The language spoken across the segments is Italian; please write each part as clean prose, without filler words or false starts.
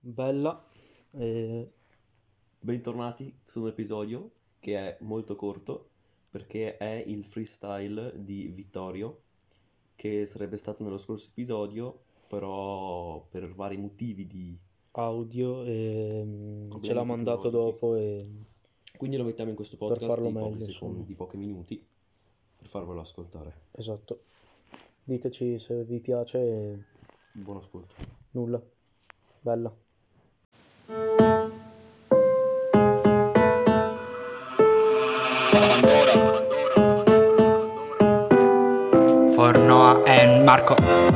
Bella. E... Bentornati su un episodio che è molto corto perché è il freestyle di Vittorio che sarebbe stato nello scorso episodio, però per vari motivi di audio e ce l'ha problemi mandato tecnologici. dopo e Quindi lo mettiamo in questo per podcast farlo di pochi meglio, secondi, insomma. di pochi minuti per farvelo ascoltare. Esatto. Diteci se vi piace e Buon ascolto. nulla. Bella. For Noah and Marco.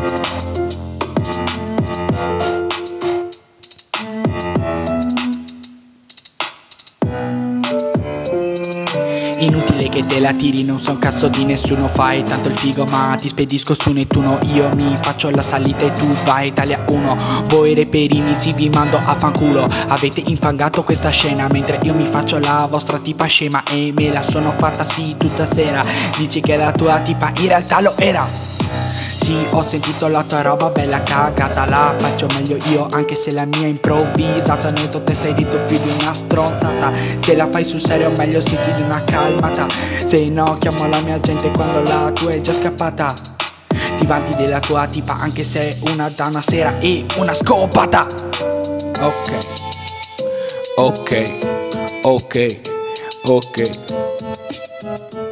Inutile che te la tiri, non so un cazzo di nessuno, fai tanto il figo ma ti spedisco su Nettuno. Io mi faccio la salita e tu vai Italia 1. Voi reperini sì vi mando a fanculo. Avete infangato questa scena mentre io mi faccio la vostra tipa scema e me la sono fatta sì tutta sera. Dici che la tua tipa in realtà lo era. Sì, ho sentito la tua roba bella cagata, la faccio meglio io anche se la mia è improvvisata. Nel tuo testa hai detto più di una stronzata. Se la fai sul serio meglio se ti di una calmata. Se no chiamo la mia gente quando la tua è già scappata. Ti vanti della tua tipa anche se è una da una sera e una scopata. Ok, ok, ok, ok.